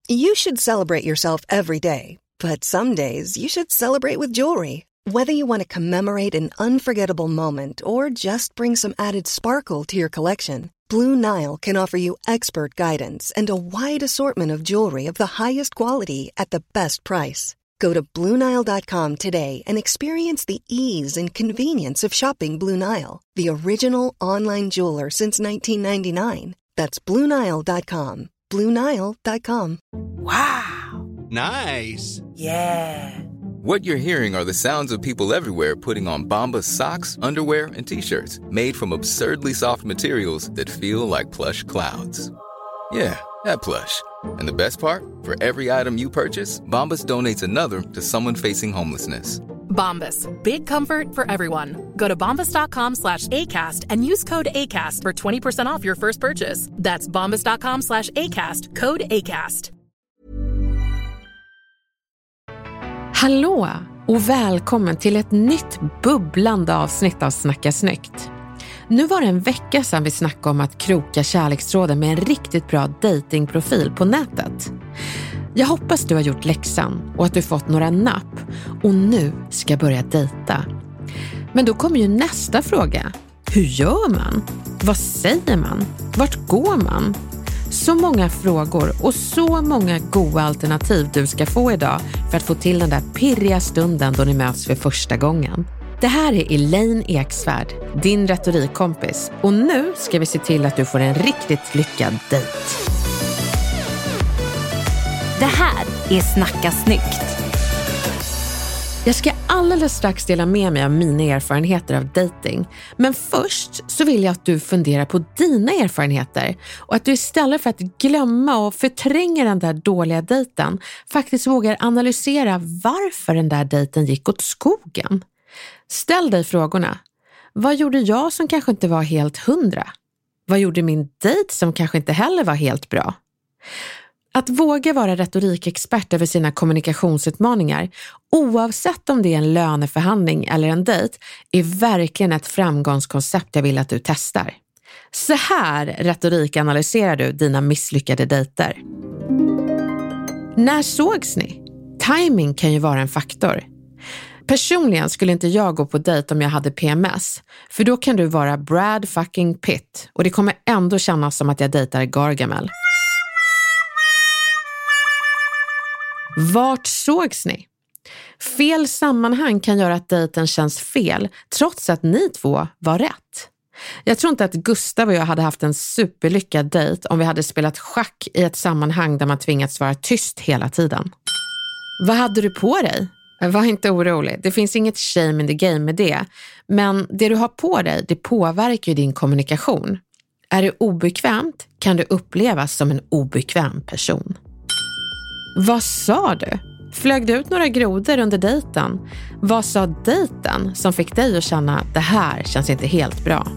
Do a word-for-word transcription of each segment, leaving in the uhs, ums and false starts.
You should celebrate yourself every day, but some days you should celebrate with jewelry. Whether you want to commemorate an unforgettable moment or just bring some added sparkle to your collection, Blue Nile can offer you expert guidance and a wide assortment of jewelry of the highest quality at the best price. Go to Blue Nile dot com today and experience the ease and convenience of shopping Blue Nile, the original online jeweler since nineteen ninety-nine. That's Blue Nile dot com. Blue Nile dot com. Wow. Nice. Yeah. What you're hearing are the sounds of people everywhere putting on Bombas socks, underwear, and T-shirts made from absurdly soft materials that feel like plush clouds. Yeah, that plush. And the best part? For every item you purchase, Bombas donates another to someone facing homelessness. Bombas. Big comfort for everyone. Go to bombas dot com slash ACAST and use code ACAST for twenty percent off your first purchase. That's bombas dot com slash ACAST. Code ACAST. Hallå och välkommen till ett nytt bubblande avsnitt av Snacka snyggt. Nu var det en vecka sedan vi snackade om att kroka kärlekstråden med en riktigt bra datingprofil på nätet. Jag hoppas du har gjort läxan och att du fått några napp och nu ska börja dejta. Men då kommer ju nästa fråga. Hur gör man? Vad säger man? Vart går man? Så många frågor och så många goda alternativ du ska få idag för att få till den där pirriga stunden då ni möts för första gången. Det här är Elaine Eksvärd, din retorikkompis. Och nu ska vi se till att du får en riktigt lyckad dejt. Det här är Snacka snyggt. Jag ska alldeles strax dela med mig av mina erfarenheter av dating. Men först så vill jag att du funderar på dina erfarenheter. Och att du istället för att glömma och förtränga den där dåliga dejten faktiskt vågar analysera varför den där dejten gick åt skogen. Ställ dig frågorna. Vad gjorde jag som kanske inte var helt hundra? Vad gjorde min dejt som kanske inte heller var helt bra? Att våga vara retorikexpert över sina kommunikationsutmaningar, oavsett om det är en löneförhandling eller en dejt, är verkligen ett framgångskoncept jag vill att du testar. Så här retorikanalyserar du dina misslyckade dejter. När sågs ni? Timing kan ju vara en faktor. Personligen skulle inte jag gå på dejt om jag hade P M S, för då kan du vara Brad fucking Pitt och det kommer ändå kännas som att jag dejtar Gargamel. Vart sågs ni? Fel sammanhang kan göra att dejten känns fel, trots att ni två var rätt. Jag tror inte att Gustav och jag hade haft en superlyckad dejt om vi hade spelat schack i ett sammanhang där man tvingats vara tyst hela tiden. Vad hade du på dig? Var inte orolig, det finns inget shame in the game med det. Men det du har på dig, det påverkar ju din kommunikation. Är det obekvämt kan du upplevas som en obekväm person. Vad sa du? Flög du ut några grodor under dejten? Vad sa dejten som fick dig att känna att det här känns inte helt bra?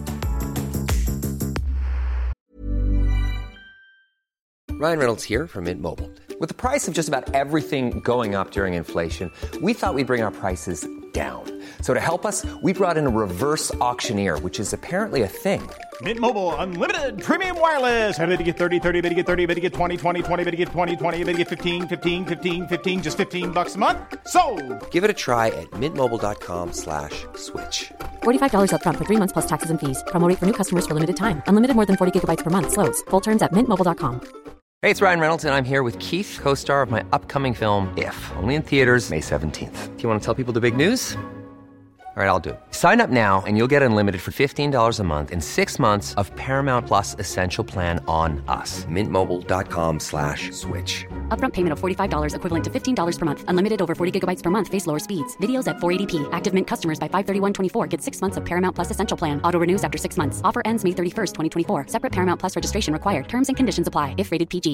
Ryan Reynolds here from Mint Mobile. With the price of just about everything going up during inflation, we thought we'd bring our prices down. So to help us, we brought in a reverse auctioneer, which is apparently a thing. Mint Mobile Unlimited Premium Wireless. How to get thirty, thirty, how to get thirty, how to get twenty, twenty, twenty, how to get twenty, twenty, how to get fifteen, fifteen, fifteen, fifteen, just fifteen bucks a month? Sold! Give it a try at mintmobile.com slash switch. forty-five dollars up front for three months plus taxes and fees. Promo rate for new customers for limited time. Unlimited more than forty gigabytes per month. Slows full terms at mint mobile dot com. Hey, it's Ryan Reynolds, and I'm here with Keith, co-star of my upcoming film, If, only in theaters May seventeenth. Do you want to tell people the big news? All right, I'll do it. Sign up now and you'll get unlimited for fifteen dollars a month and six months of Paramount Plus Essential Plan on us. Mintmobile.com slash switch. Upfront payment of forty-five dollars equivalent to fifteen dollars per month. Unlimited over forty gigabytes per month. Face lower speeds. Videos at four eighty p. Active Mint customers by five thirty-one twenty-four get six months of Paramount Plus Essential Plan. Auto renews after six months. Offer ends May thirty-first, twenty twenty-four. Separate Paramount Plus registration required. Terms and conditions apply if rated P G.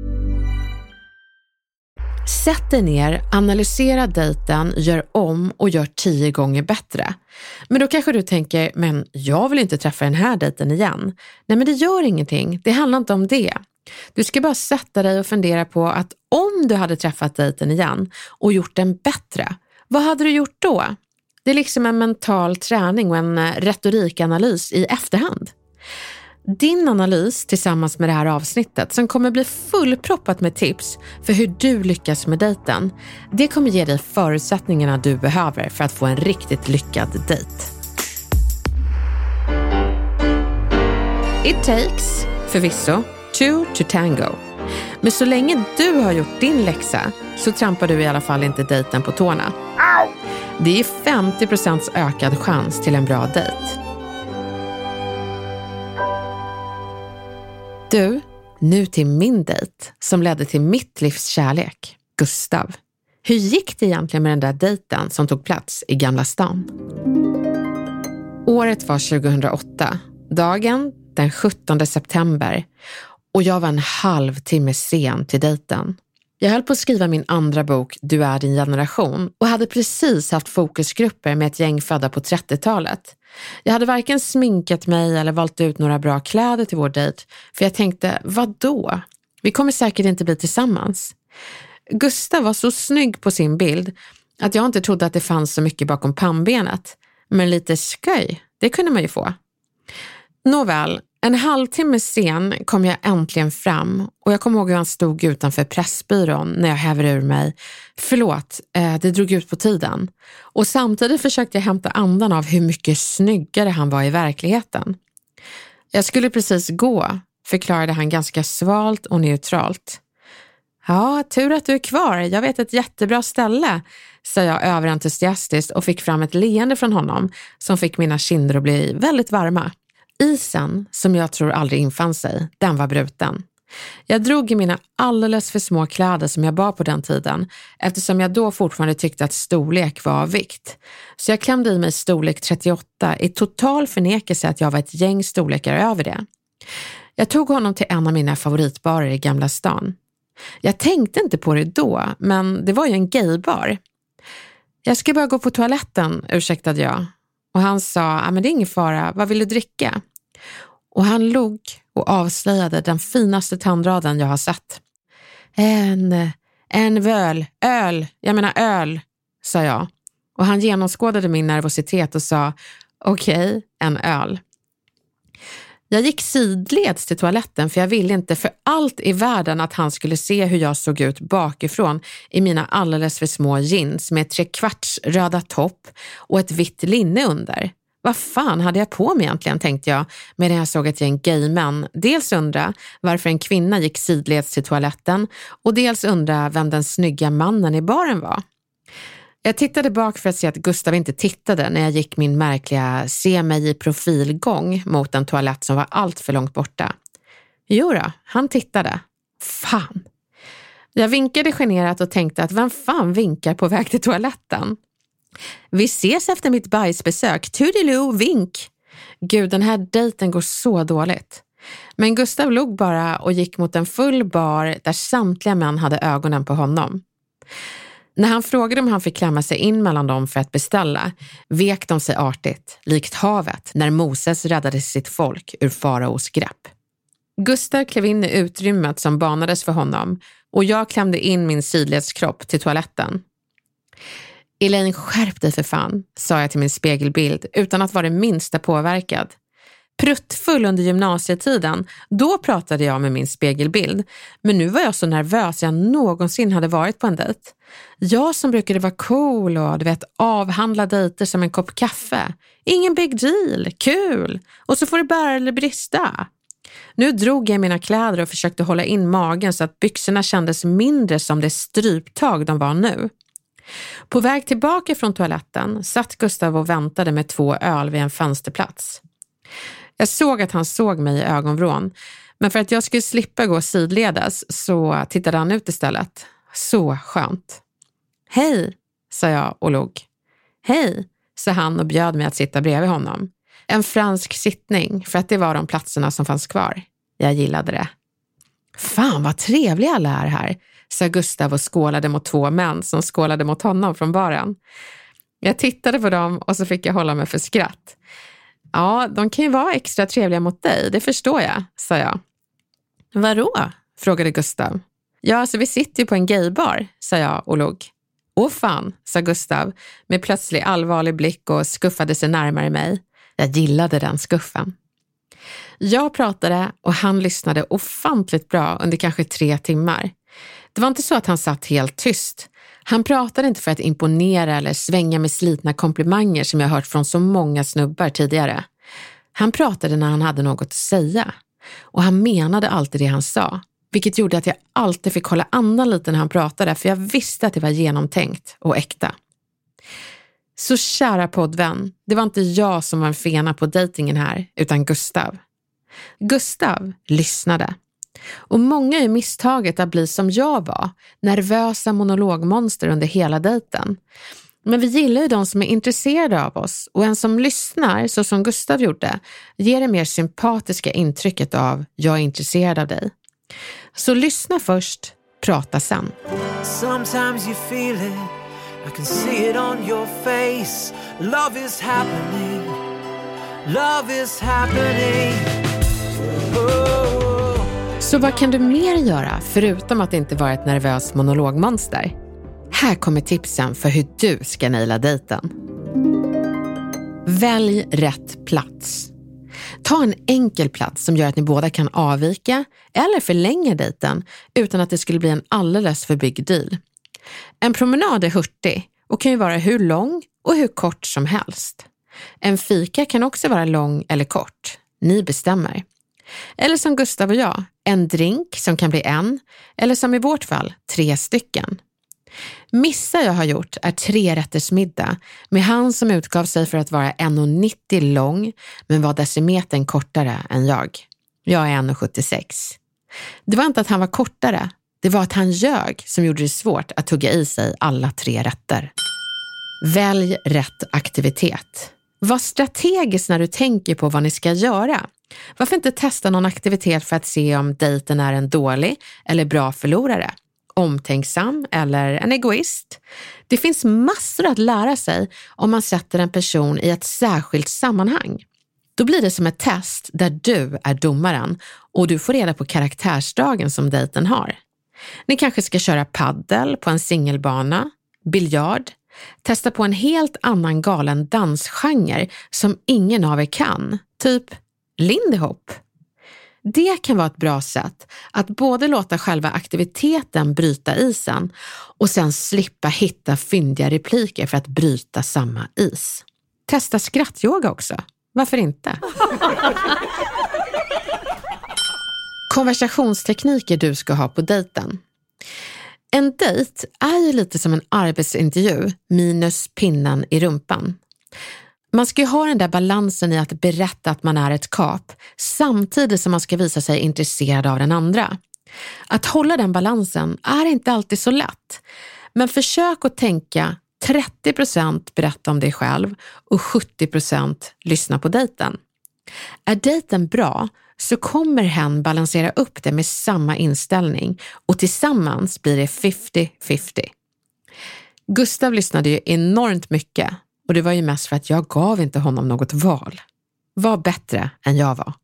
Sätt dig ner, analysera dejten, gör om och gör tio gånger bättre. Men då kanske du tänker, men jag vill inte träffa den här dejten igen. Nej, men det gör ingenting. Det handlar inte om det. Du ska bara sätta dig och fundera på att om du hade träffat dejten igen och gjort den bättre, vad hade du gjort då? Det är liksom en mental träning och en retorikanalys i efterhand. Din analys tillsammans med det här avsnittet som kommer bli fullproppat med tips för hur du lyckas med dejten, det kommer ge dig förutsättningarna du behöver för att få en riktigt lyckad dejt. It takes, förvisso, two to tango. Men så länge du har gjort din läxa så trampar du i alla fall inte dejten på tårna. Det är femtio procent ökad chans till en bra dejt. Du, nu till min dejt som ledde till mitt livs kärlek, Gustav. Hur gick det egentligen med den där dejten som tog plats i Gamla stan? Året var tjugohundraåtta, dagen den sjuttonde september, och jag var en halvtimme sen till dejten. Jag höll på att skriva min andra bok Du är din generation och hade precis haft fokusgrupper med ett gäng födda på trettiotalet. Jag hade varken sminkat mig eller valt ut några bra kläder till vår dejt, för jag tänkte, vad då? Vi kommer säkert inte bli tillsammans. Gustav var så snygg på sin bild att jag inte trodde att det fanns så mycket bakom pannbenet. Men lite sköj, det kunde man ju få. Nåväl, en halvtimme sen kom jag äntligen fram och jag kommer ihåg hur han stod utanför Pressbyrån när jag häver ur mig. Förlåt, det drog ut på tiden. Och samtidigt försökte jag hämta andan av hur mycket snyggare han var i verkligheten. Jag skulle precis gå, förklarade han ganska svalt och neutralt. Ja, tur att du är kvar. Jag vet ett jättebra ställe, sa jag överentusiastiskt och fick fram ett leende från honom som fick mina kinder att bli väldigt varma. Isen, som jag tror aldrig infann sig, den var bruten. Jag drog i mina alldeles för små kläder som jag bar på den tiden, eftersom jag då fortfarande tyckte att storlek var av vikt. Så jag klämde i mig storlek trettioåtta i total förnekelse att jag var ett gäng storlekar över det. Jag tog honom till en av mina favoritbarer i Gamla stan. Jag tänkte inte på det då, men det var ju en gaybar. Jag ska bara gå på toaletten, ursäktade jag. Och han sa, ja men det är ingen fara, vad vill du dricka? Och han log och avslöjade den finaste tandraden jag har sett. En, en völ, öl, jag menar öl, sa jag. Och han genomskådade min nervositet och sa, okej, okay, en öl. Jag gick sidleds till toaletten för jag ville inte för allt i världen att han skulle se hur jag såg ut bakifrån i mina alldeles för små jeans med tre kvarts röda topp och ett vitt linne under. Vad fan hade jag på mig egentligen, tänkte jag medan jag såg ett gäng gaymän. Dels undra varför en kvinna gick sidleds till toaletten och dels undra vem den snygga mannen i baren var. Jag tittade bak för att se att Gustav inte tittade när jag gick min märkliga se mig i profilgång mot en toalett som var allt för långt borta. Jo då, han tittade. Fan. Jag vinkade generat och tänkte att vem fan vinkar på väg till toaletten? Vi ses efter mitt bajsbesök. Toodiloo, vink. Gud, den här dejten går så dåligt. Men Gustav log bara och gick mot en full bar där samtliga män hade ögonen på honom. När han frågade om han fick klämma sig in mellan dem för att beställa, vek de sig artigt, likt havet när Moses räddade sitt folk ur faraos grepp. Gustav klev in i utrymmet som banades för honom och jag klämde in min sidledskropp till toaletten. Elaine, skärp dig för fan, sa jag till min spegelbild utan att vara det minsta påverkad. Pruttfull under gymnasietiden, då pratade jag med min spegelbild. Men nu var jag så nervös jag någonsin hade varit på en dejt. Jag som brukade vara cool och du vet, avhandla dejter som en kopp kaffe. Ingen big deal, kul. Och så får det bära eller brista. Nu drog jag mina kläder och försökte hålla in magen så att byxorna kändes mindre som det stryptag de var nu. På väg tillbaka från toaletten satt Gustav och väntade med två öl vid en fönsterplats. Jag såg att han såg mig i ögonvrån, men för att jag skulle slippa gå sidledes så tittade han ut istället. Så skönt. Hej, sa jag och log. Hej, sa han och bjöd mig att sitta bredvid honom. En fransk sittning, för att det var de platserna som fanns kvar. Jag gillade det. Fan vad trevliga alla är här, sa Gustav och skålade mot två män som skålade mot honom från baren. Jag tittade på dem och så fick jag hålla mig för skratt. Ja, de kan ju vara extra trevliga mot dig, det förstår jag, sa jag. Vadå? Frågade Gustav. Ja, alltså vi sitter ju på en gaybar, sa jag och log. Åh fan, sa Gustav med plötsligt allvarlig blick och skuffade sig närmare mig. Jag gillade den skuffen. Jag pratade och han lyssnade ofantligt bra under kanske tre timmar. Det var inte så att han satt helt tyst. Han pratade inte för att imponera eller svänga med slitna komplimanger som jag hört från så många snubbar tidigare. Han pratade när han hade något att säga. Och han menade alltid det han sa. Vilket gjorde att jag alltid fick hålla andan lite när han pratade, för jag visste att det var genomtänkt och äkta. Så kära poddvän, det var inte jag som var en fena på dejtingen här, utan Gustav. Gustav lyssnade. Och många är misstaget att bli som jag var, nervösa monologmonster under hela dejten. Men vi gillar ju de som är intresserade av oss, och en som lyssnar, så som Gustav gjorde, ger det mer sympatiska intrycket av jag är intresserad av dig. Så lyssna först, prata sen. Sometimes you feel it, I can see it on your face. Love is happening, love is happening. Oh. Så vad kan du mer göra förutom att inte vara ett nervöst monologmonster? Här kommer tipsen för hur du ska naila dejten. Välj rätt plats. Ta en enkel plats som gör att ni båda kan avvika eller förlänga dejten utan att det skulle bli en alldeles för big deal. En promenad är hurtig och kan ju vara hur lång och hur kort som helst. En fika kan också vara lång eller kort. Ni bestämmer. Eller som Gustav och jag, en drink som kan bli en, eller som i vårt fall, tre stycken. Missa jag har gjort är tre rätters middag med han som utgav sig för att vara en komma nittio lång men var decimetern kortare än jag. Jag är en komma sjuttiosex. Det var inte att han var kortare, det var att han ljög som gjorde det svårt att tugga i sig alla tre rätter. Välj rätt aktivitet. Var strategisk när du tänker på vad ni ska göra. Varför inte testa någon aktivitet för att se om dejten är en dålig eller bra förlorare? Omtänksam eller en egoist. Det finns massor att lära sig om man sätter en person i ett särskilt sammanhang. Då blir det som ett test där du är domaren och du får reda på karaktärsdragen som dejten har. Ni kanske ska köra paddel på en singelbana, biljard, testa på en helt annan galen dansgenre som ingen av er kan, typ Lindy Hop. Det kan vara ett bra sätt att både låta själva aktiviteten bryta isen och sen slippa hitta fyndiga repliker för att bryta samma is. Testa skrattyoga också. Varför inte? Konversationstekniker du ska ha på dejten. En dejt är ju lite som en arbetsintervju minus pinnen i rumpan. Man ska ju ha den där balansen i att berätta att man är ett kap samtidigt som man ska visa sig intresserad av den andra. Att hålla den balansen är inte alltid så lätt. Men försök att tänka trettio procent berätta om dig själv och sjuttio procent lyssna på dejten. Är dejten bra så kommer hen balansera upp det med samma inställning och tillsammans blir det femtio femtio. Gustav lyssnade ju enormt mycket. Och det var ju mest för att jag gav inte honom något val. Var bättre än jag var.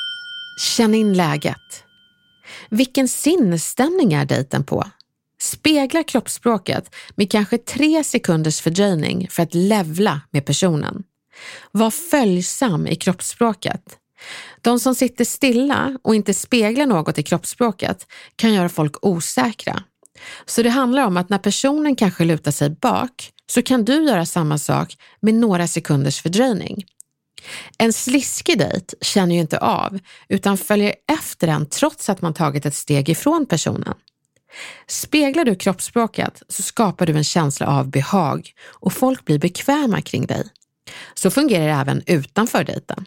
Känn in läget. Vilken sinnesstämning är dejten på? Spegla kroppsspråket med kanske tre sekunders fördröjning för att levla med personen. Var följsam i kroppsspråket. De som sitter stilla och inte speglar något i kroppsspråket kan göra folk osäkra. Så det handlar om att när personen kanske lutar sig bak så kan du göra samma sak med några sekunders fördröjning. En sliskig dejt känner ju inte av utan följer efter den trots att man tagit ett steg ifrån personen. Speglar du kroppsspråket så skapar du en känsla av behag och folk blir bekväma kring dig. Så fungerar det även utanför dejten.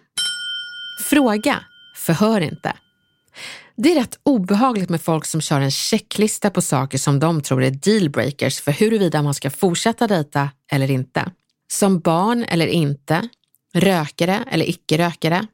Fråga, förhör inte. Det är rätt obehagligt med folk som kör en checklista på saker som de tror är dealbreakers för huruvida man ska fortsätta dejta eller inte. Som barn eller inte, rökare eller icke-rökare.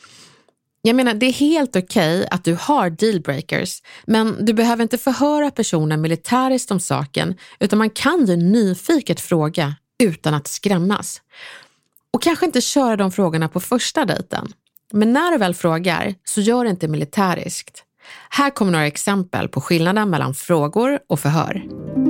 Jag menar, det är helt okej att du har dealbreakers, men du behöver inte förhöra personen militäriskt om saken, utan man kan ju nyfiket fråga utan att skrämmas. Och kanske inte köra de frågorna på första dejten. Men när du väl frågar så gör det inte militäriskt. Här kommer några exempel på skillnaden mellan frågor och förhör.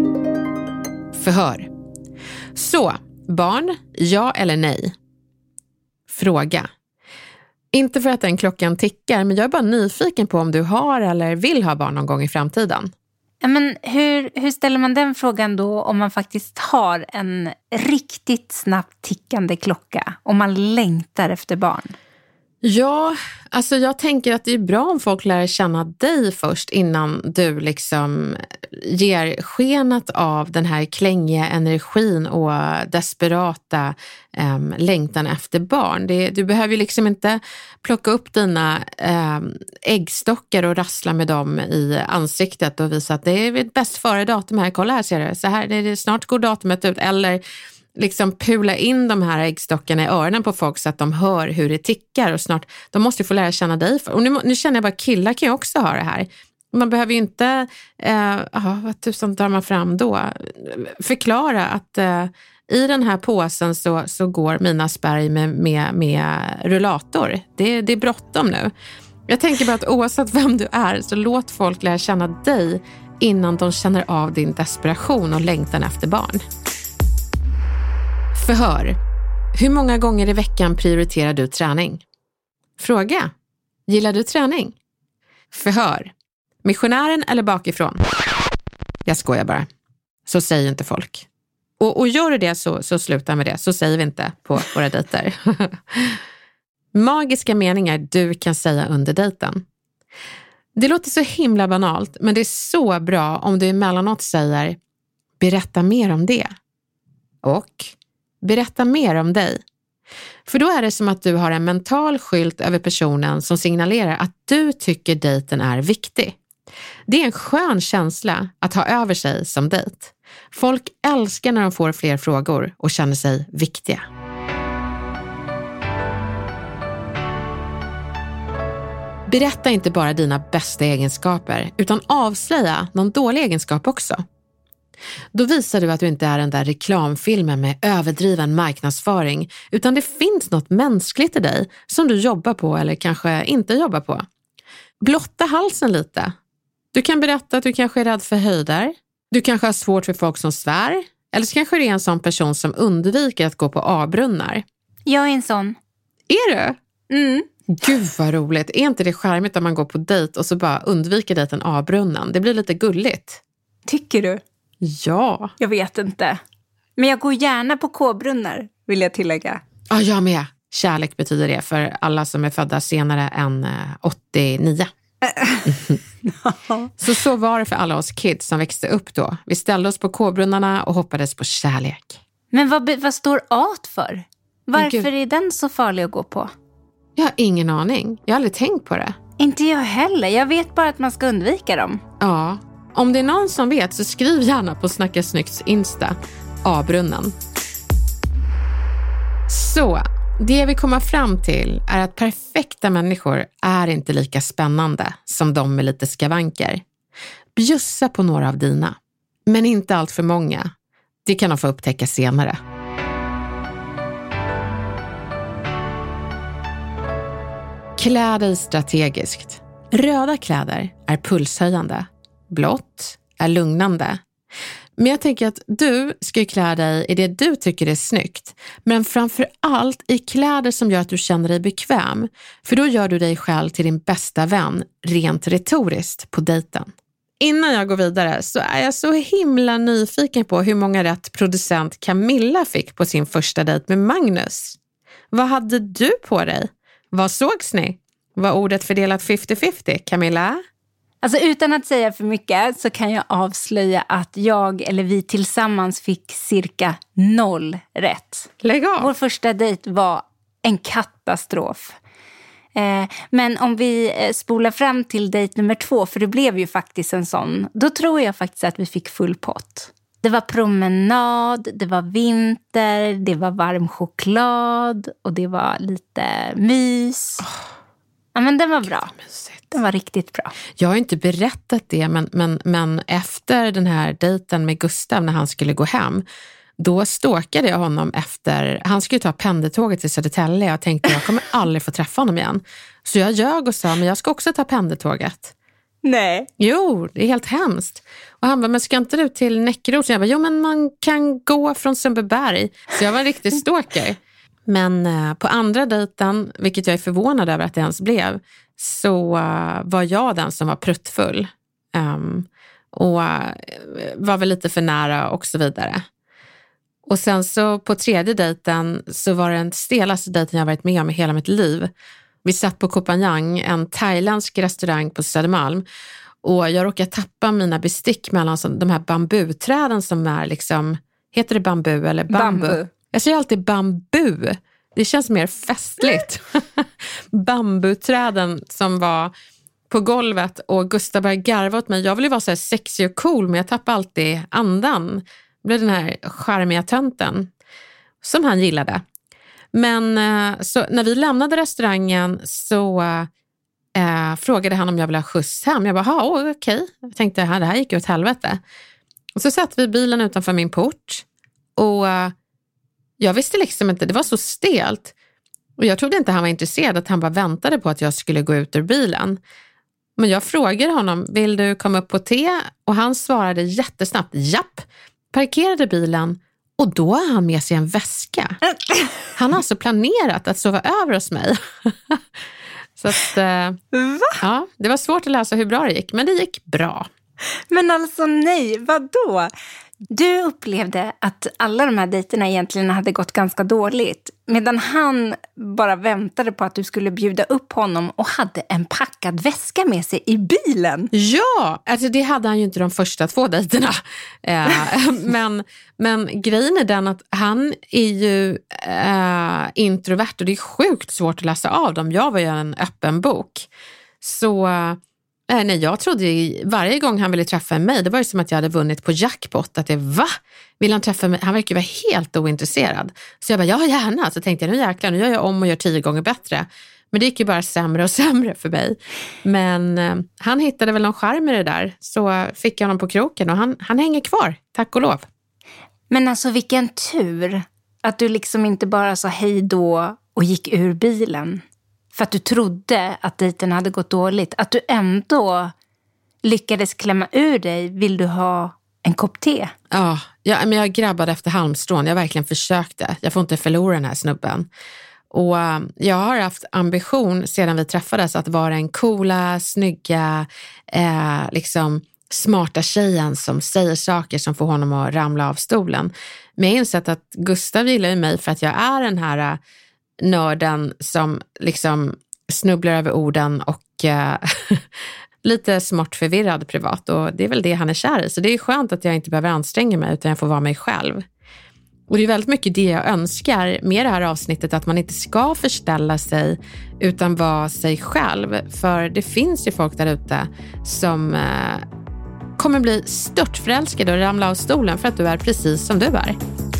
Förhör. Så, barn, ja eller nej? Fråga. Inte för att den klockan tickar, men jag är bara nyfiken på om du har eller vill ha barn någon gång i framtiden. Men hur, hur ställer man den frågan då om man faktiskt har en riktigt snabbt tickande klocka, om man längtar efter barn? Ja, alltså jag tänker att det är bra om folk lär känna dig först innan du liksom ger skenet av den här klängiga energin och desperata um, längtan efter barn. Det, du behöver ju liksom inte plocka upp dina um, äggstockar och rassla med dem i ansiktet och visa att det är ett bäst före datum här. Kolla här, ser du. Så här, det är snart går datumet ut. Eller liksom pula in de här äggstockarna i öronen på folk så att de hör hur det tickar och snart, de måste ju få lära känna dig. För. Och nu, nu känner jag bara, killar kan ju också ha det här. Man behöver ju inte, eh, aha, vad tusan tar man fram då? Förklara att eh, i den här påsen så, så går mina spermier med, med, med rullator. Det, det är bråttom nu. Jag tänker bara att oavsett vem du är så låt folk lära känna dig innan de känner av din desperation och längtan efter barn. Förhör. Hur många gånger i veckan prioriterar du träning? Fråga. Gillar du träning? Förhör. Missionären eller bakifrån? Jag skojar bara. Så säger inte folk. Och, och gör du det så, så sluta med det. Så säger vi inte på våra dejter. Magiska meningar du kan säga under dejten. Det låter så himla banalt, men det är så bra om du emellanåt säger berätta mer om det. Och berätta mer om dig. För då är det som att du har en mental skylt över personen som signalerar att du tycker dejten är viktig. Det är en skön känsla att ha över sig som dejt. Folk älskar när de får fler frågor och känner sig viktiga. Berätta inte bara dina bästa egenskaper utan avslöja någon dålig egenskap också. Då visar du att du inte är den där reklamfilmen med överdriven marknadsföring utan det finns något mänskligt i dig som du jobbar på eller kanske inte jobbar på. Blotta halsen lite. Du kan berätta att du kanske är rädd för höjder. Du kanske har svårt för folk som svär. Eller så kanske det är en sån person som undviker att gå på A-brunnar. Jag är en sån. Är du? Mm. Gud vad roligt. Är inte det charmigt om man går på dejt och så bara undviker dejten A-brunnen? Det blir lite gulligt. Tycker du? Ja. Jag vet inte. Men jag går gärna på K-brunnar, vill jag tillägga. Ja, jag med. Kärlek betyder det för alla som är födda senare än åttionio. så så var det för alla oss kids som växte upp då. Vi ställde oss på K-brunnarna och hoppades på kärlek. Men vad, vad står A för? Varför är den så farlig att gå på? Jag har ingen aning. Jag har aldrig tänkt på det. Inte jag heller. Jag vet bara att man ska undvika dem. Ja. Om det är någon som vet så skriv gärna på Snacka Snyggs Insta, A-brunnen. Så, det vi kommer fram till är att perfekta människor är inte lika spännande som de med lite skavanker. Bjussa på några av dina, men inte allt för många. Det kan de få upptäcka senare. Klä dig strategiskt. Röda kläder är pulshöjande. Blått är lugnande. Men jag tänker att du ska klä dig i det du tycker är snyggt. Men framför allt i kläder som gör att du känner dig bekväm. För då gör du dig själv till din bästa vän rent retoriskt på dejten. Innan jag går vidare så är jag så himla nyfiken på hur många rätt producent Camilla fick på sin första dejt med Magnus. Vad hade du på dig? Vad sågs ni? Var ordet fördelat femtio femtio, Camilla? Alltså utan att säga för mycket så kan jag avslöja att jag eller vi tillsammans fick cirka noll rätt. Lägg av. Vår första dejt var en katastrof. Eh, men om vi eh, spolar fram till dejt nummer två, för det blev ju faktiskt en sån, då tror jag faktiskt att vi fick full pott. Det var promenad, det var vinter, det var varm choklad och det var lite mys. Oh. Ja, men den var bra. Den var riktigt bra. Jag har inte berättat det, men, men, men efter den här dejten med Gustav när han skulle gå hem, då stalkade jag honom efter, han skulle ta pendeltåget till Södertälje och jag tänkte jag kommer aldrig få träffa honom igen. Så jag ljög och sa, men jag ska också ta pendeltåget. Nej. Jo, det är helt hemskt. Och han bara, men ska inte du till Näckeros? Jag bara, jo men man kan gå från Sundbyberg. Så jag var en riktig stalker. Men uh, på andra dejten, vilket jag är förvånad över att det ens blev, så uh, var jag den som var pruttfull. Um, och uh, var väl lite för nära och så vidare. Och sen så på tredje dejten så var det den stelaste dejten jag varit med om i hela mitt liv. Vi satt på Koh Phangan, en thailändsk restaurang på Södermalm. Och jag råkade tappa mina bestick mellan de här bambuträden som är liksom, heter det bambu eller bambu? Bambu. Jag säger alltid bambu. Det känns mer festligt. Bambuträden som var på golvet och Gustav började garva åt mig. Jag ville vara så här sexy och cool, men jag tappade alltid andan. Det blev den här charmiga tönten som han gillade. Men så när vi lämnade restaurangen så äh, frågade han om jag ville ha skjuts hem. Jag bara, ja okej. Okay. Jag tänkte, det här gick ju åt helvete. Och så satt vi i bilen utanför min port. Och äh, jag visste liksom inte, det var så stelt. Och jag trodde inte han var intresserad, att han bara väntade på att jag skulle gå ut ur bilen. Men jag frågade honom, vill du komma upp på te? Och han svarade jättesnabbt, japp. Parkerade bilen och då har han med sig en väska. Han har alltså planerat att sova över hos mig. Så att, eh, ja, det var svårt att läsa hur bra det gick, men det gick bra. Men alltså nej, vadå? Du upplevde att alla de här dejterna egentligen hade gått ganska dåligt. Medan han bara väntade på att du skulle bjuda upp honom och hade en packad väska med sig i bilen. Ja, alltså det hade han ju inte de första två dejterna. Eh, men, men grejen är den att han är ju eh, introvert och det är sjukt svårt att läsa av dem. Jag var ju en öppen bok. Så... Eh, nej, jag trodde ju, varje gång han ville träffa mig, det var ju som att jag hade vunnit på jackpot. Att det, va? Vill han träffa mig? Han verkar vara helt ointresserad. Så jag bara, ja gärna. Så tänkte jag, nu jäklar, nu gör jag om och gör tio gånger bättre. Men det gick ju bara sämre och sämre för mig. Men eh, han hittade väl någon charm i det där. Så fick jag honom på kroken och han, han hänger kvar, tack och lov. Men alltså vilken tur att du liksom inte bara sa hej då och gick ur bilen. För att du trodde att dejten hade gått dåligt. Att du ändå lyckades klämma ur dig. Vill du ha en kopp te? Ja, ja men jag grabbade efter halmstrån. Jag verkligen försökte. Jag får inte förlora den här snubben. Och jag har haft ambition sedan vi träffades att vara den coola, snygga, eh, liksom smarta tjejen som säger saker som får honom att ramla av stolen. Men jag har insett att Gustav gillar ju mig för att jag är den här nörden som liksom snubblar över orden och eh, lite smart förvirrad privat. Och det är väl det han är kär i. Så det är skönt att jag inte behöver anstränga mig utan jag får vara mig själv. Och det är väldigt mycket det jag önskar med det här avsnittet, att man inte ska förställa sig utan vara sig själv. För det finns ju folk där ute som eh, kommer bli störtförälskade och ramla av stolen för att du är precis som du är.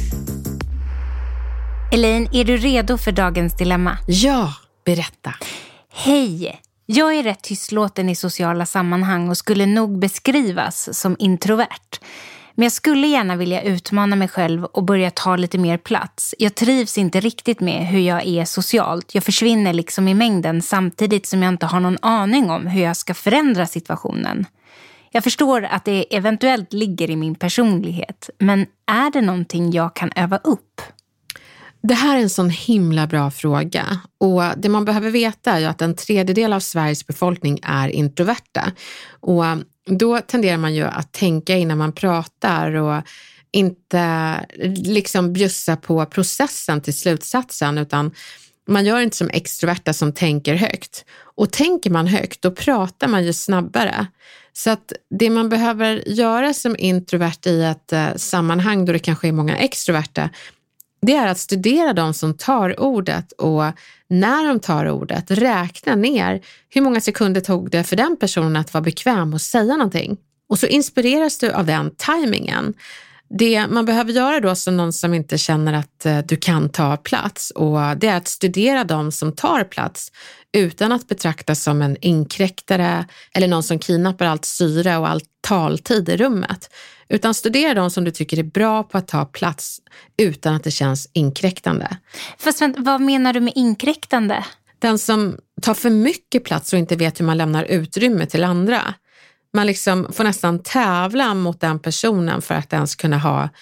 Elaine, är du redo för dagens dilemma? Ja, berätta. Hej! Jag är rätt tystlåten i sociala sammanhang och skulle nog beskrivas som introvert. Men jag skulle gärna vilja utmana mig själv och börja ta lite mer plats. Jag trivs inte riktigt med hur jag är socialt. Jag försvinner liksom i mängden samtidigt som jag inte har någon aning om hur jag ska förändra situationen. Jag förstår att det eventuellt ligger i min personlighet. Men är det någonting jag kan öva upp? Det här är en sån himla bra fråga. Och det man behöver veta är ju att en tredjedel av Sveriges befolkning är introverta. Och då tenderar man ju att tänka innan man pratar och inte liksom bjussa på processen till slutsatsen, utan man gör inte som extroverta som tänker högt. Och tänker man högt, då pratar man ju snabbare. Så att det man behöver göra som introvert i ett eh, sammanhang då det kanske är många extroverta, det är att studera de som tar ordet och när de tar ordet räkna ner hur många sekunder tog det för den personen att vara bekväm och säga någonting. Och så inspireras du av den tajmingen. Det man behöver göra då som någon som inte känner att du kan ta plats, och det är att studera de som tar plats utan att betraktas som en inkräktare eller någon som kidnappar allt syre och allt taltid i rummet. Utan studera de som du tycker är bra på att ta plats utan att det känns inkräktande. Fast vad menar du med inkräktande? Den som tar för mycket plats och inte vet hur man lämnar utrymme till andra. Man liksom får nästan tävla mot den personen för att ens kunna ha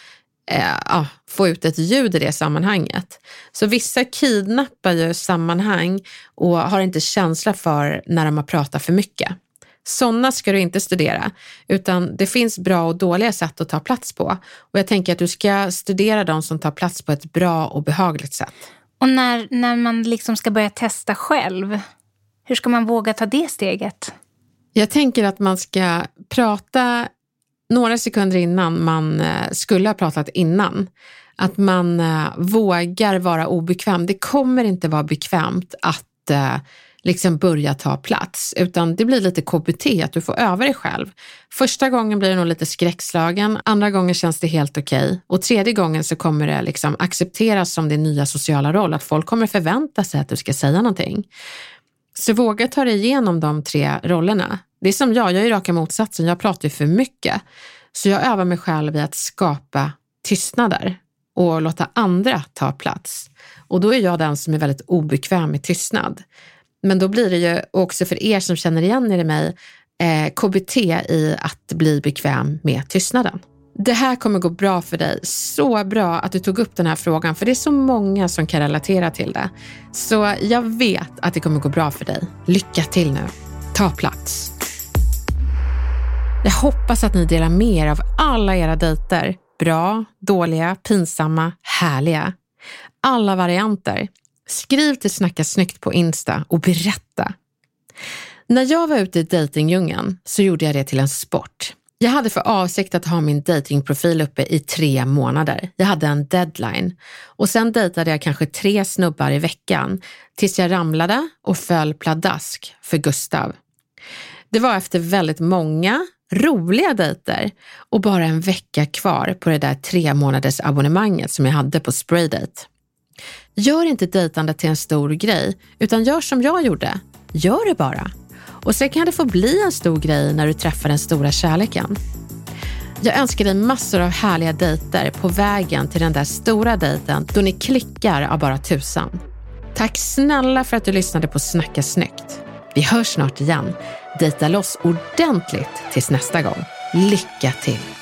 eh, ja, få ut ett ljud i det sammanhanget. Så vissa kidnappar ju sammanhang och har inte känsla för när de har pratat för mycket. Sådana ska du inte studera, utan det finns bra och dåliga sätt att ta plats på. Och jag tänker att du ska studera de som tar plats på ett bra och behagligt sätt. Och när, när man liksom ska börja testa själv, hur ska man våga ta det steget? Jag tänker att man ska prata några sekunder innan man skulle ha pratat innan. Att man vågar vara obekväm. Det kommer inte vara bekvämt att liksom börja ta plats, utan det blir lite K B T, att du får öva dig själv. Första gången blir det nog lite skräckslagen, andra gången känns det helt okej och tredje gången så kommer det liksom accepteras som din nya sociala roll, att folk kommer förvänta sig att du ska säga någonting. Så våga ta dig igenom de tre rollerna. Det är som jag, jag är raka motsatsen, jag pratar ju för mycket. Så jag övar mig själv i att skapa tystnader och låta andra ta plats. Och då är jag den som är väldigt obekväm med tystnad. Men då blir det ju också för er som känner igen er i mig eh, K B T i att bli bekväm med tystnaden. Det här kommer gå bra för dig. Så bra att du tog upp den här frågan, för det är så många som kan relatera till det. Så jag vet att det kommer gå bra för dig. Lycka till nu. Ta plats. Jag hoppas att ni delar med er av alla era dejter. Bra, dåliga, pinsamma, härliga. Alla varianter. Skriv till Snacka Snyggt på Insta och berätta. När jag var ute i dejtingdjungeln så gjorde jag det till en sport. Jag hade för avsikt att ha min datingprofil uppe i tre månader. Jag hade en deadline. Och sen dejtade jag kanske tre snubbar i veckan tills jag ramlade och föll pladask för Gustav. Det var efter väldigt många roliga dejter och bara en vecka kvar på det där tre månaders abonnemanget som jag hade på Spraydate. Gör inte dejtande till en stor grej, utan gör som jag gjorde. Gör det bara. Och sen kan det få bli en stor grej när du träffar den stora kärleken. Jag önskar dig massor av härliga dejter på vägen till den där stora dejten då ni klickar av bara tusan. Tack snälla för att du lyssnade på Snacka Snyggt. Vi hörs snart igen. Dejta loss ordentligt tills nästa gång. Lycka till!